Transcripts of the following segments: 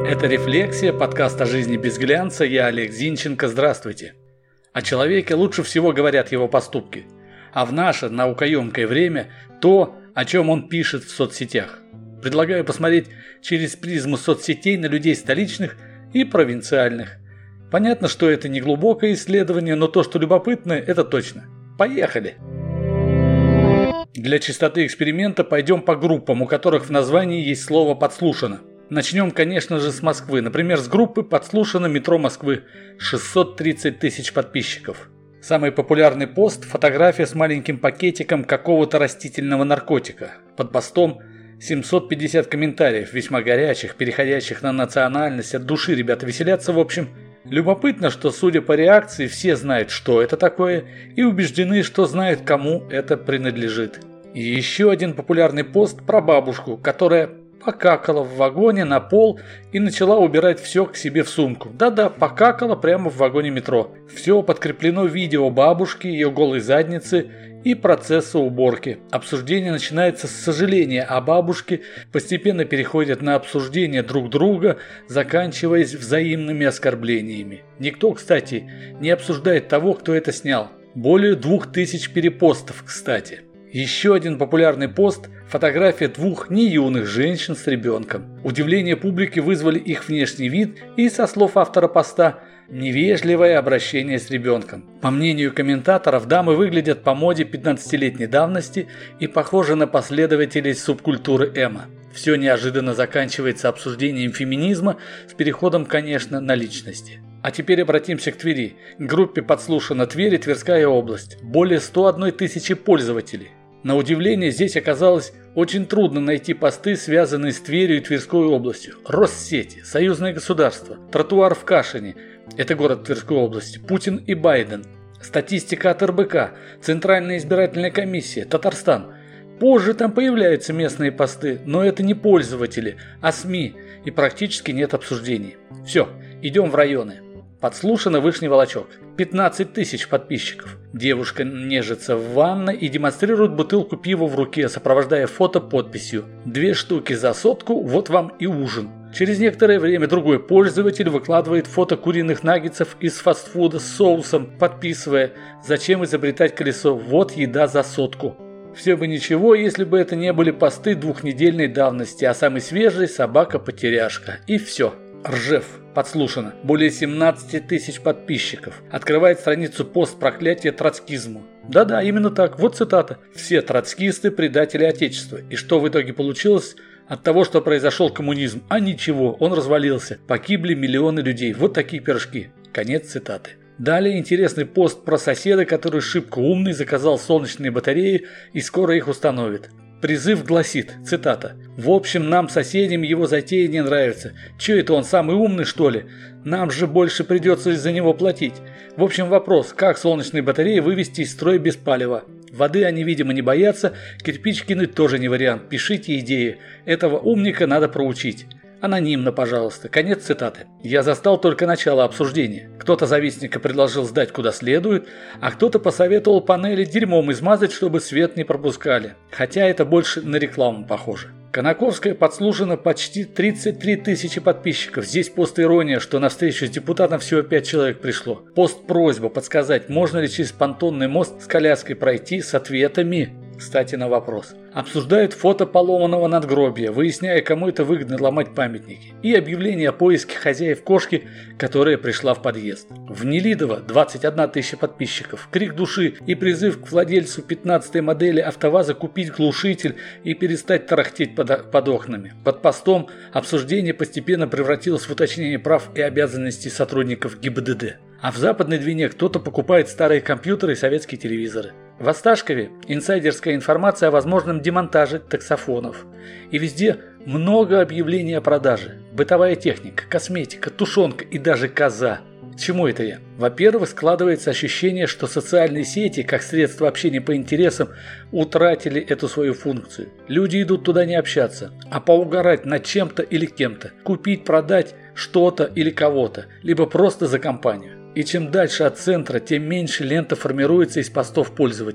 Это «Рефлексия», подкаст о жизни без глянца. Я Олег Зинченко. Здравствуйте. О человеке лучше всего говорят его поступки, а в наше наукоемкое время то, о чем он пишет в соцсетях. Предлагаю посмотреть через призму соцсетей на людей столичных и провинциальных. Понятно, что это не глубокое исследование, но то, что любопытно, это точно. Поехали! Для чистоты эксперимента пойдем по группам, у которых в названии есть слово «подслушано». Начнем, конечно же, с Москвы. Например, с группы «Подслушано метро Москвы». 630 тысяч подписчиков. Самый популярный пост – фотография с маленьким пакетиком какого-то растительного наркотика. Под постом 750 комментариев, весьма горячих, переходящих на национальность. От души ребята веселятся, в общем. Любопытно, что, судя по реакции, все знают, что это такое, и убеждены, что знают, кому это принадлежит. И еще один популярный пост про бабушку, которая покакала в вагоне на пол и начала убирать все к себе в сумку. Да-да, покакала прямо в вагоне метро. Все подкреплено видео бабушки, ее голой задницы и процесса уборки. Обсуждение начинается с сожаления о бабушке, постепенно переходит на обсуждение друг друга, заканчиваясь взаимными оскорблениями. Никто, кстати, не обсуждает того, кто это снял. Более 2000 перепостов, кстати. Еще один популярный пост – фотография двух неюных женщин с ребенком. Удивление публики вызвали их внешний вид и, со слов автора поста, невежливое обращение с ребенком. По мнению комментаторов, дамы выглядят по моде 15-летней давности и похожи на последователей субкультуры эмо. Все неожиданно заканчивается обсуждением феминизма с переходом, конечно, на личности. А теперь обратимся к Твери. К группе «Подслушано Тверь» и Тверская область. Более 101 тысячи пользователей. На удивление, здесь оказалось очень трудно найти посты, связанные с Тверью и Тверской областью. Россети, Союзное государство, тротуар в Кашине, это город Тверской области, Путин и Байден, статистика от РБК, Центральная избирательная комиссия, Татарстан. Позже там появляются местные посты, но это не пользователи, а СМИ, и практически нет обсуждений. Все, идем в районы. Подслушано Вышний Волочок. 15 тысяч подписчиков. Девушка нежится в ванной и демонстрирует бутылку пива в руке, сопровождая фото подписью: 2 штуки за 100, вот вам и ужин. Через некоторое время другой пользователь выкладывает фото куриных наггетсов из фастфуда с соусом, подписывая: зачем изобретать колесо, вот еда за 100. Все бы ничего, если бы это не были посты двухнедельной давности, а самый свежий – собака-потеряшка. И все. Ржев. Подслушано. Более 17 тысяч подписчиков. Открывает страницу пост проклятия троцкизму. Да-да, именно так. Вот цитата. Все троцкисты – предатели Отечества. И что в итоге получилось? От того, что произошел коммунизм. А ничего, он развалился. Погибли миллионы людей. Вот такие пирожки. Конец цитаты. Далее интересный пост про соседа, который шибко умный, заказал солнечные батареи и скоро их установит. Призыв гласит, цитата: «В общем, нам, соседям, его затея не нравится. Че это он, самый умный, что ли? Нам же больше придется из-за него платить. В общем, вопрос, как солнечные батареи вывести из строя без палева? Воды они, видимо, не боятся, кирпич кинуть тоже не вариант. Пишите идеи. Этого умника надо проучить». Анонимно, пожалуйста. Конец цитаты. Я застал только начало обсуждения. Кто-то завистника предложил сдать куда следует, а кто-то посоветовал панели дерьмом измазать, чтобы свет не пропускали. Хотя это больше на рекламу похоже. Конаковская подслушана почти 33 тысячи подписчиков. Здесь пост-ирония, что на встречу с депутатом всего 5 человек пришло. Пост-просьба подсказать, можно ли через понтонный мост с коляской пройти, с ответами, кстати, на вопрос. Обсуждают фото поломанного надгробия, выясняя, кому это выгодно ломать памятники. И объявление о поиске хозяев кошки, которая пришла в подъезд. В Нелидово 21 тысяча подписчиков. Крик души и призыв к владельцу 15-й модели АвтоВАЗа купить глушитель и перестать тарахтеть под окнами. Под постом обсуждение постепенно превратилось в уточнение прав и обязанностей сотрудников ГИБДД. А в Западной Двине кто-то покупает старые компьютеры и советские телевизоры. В Осташкове инсайдерская информация о возможном демонтаже таксофонов. И везде много объявлений о продаже. Бытовая техника, косметика, тушенка и даже коза. К чему это я? Во-первых, складывается ощущение, что социальные сети, как средство общения по интересам, утратили эту свою функцию. Люди идут туда не общаться, а поугарать над чем-то или кем-то. Купить, продать что-то или кого-то, либо просто за компанию. И чем дальше от центра, тем меньше лента формируется из постов пользователей.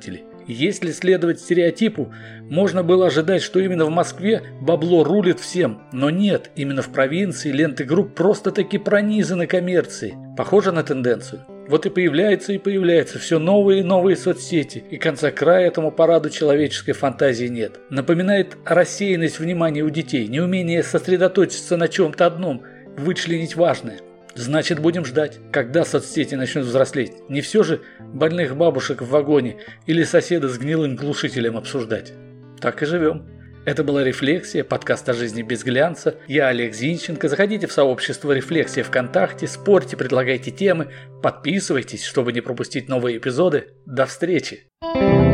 Если следовать стереотипу, можно было ожидать, что именно в Москве бабло рулит всем. Но нет, именно в провинции ленты групп просто-таки пронизаны коммерцией. Похоже на тенденцию. Вот и появляются все новые и новые соцсети, и конца края этому параду человеческой фантазии нет. Напоминает рассеянность внимания у детей, неумение сосредоточиться на чем-то одном, вычленить важное. Значит, будем ждать, когда соцсети начнут взрослеть. Не все же больных бабушек в вагоне или соседа с гнилым глушителем обсуждать. Так и живем. Это была «Рефлексия», подкаст о жизни без глянца. Я Олег Зинченко. Заходите в сообщество «Рефлексия» ВКонтакте, спорьте, предлагайте темы, подписывайтесь, чтобы не пропустить новые эпизоды. До встречи!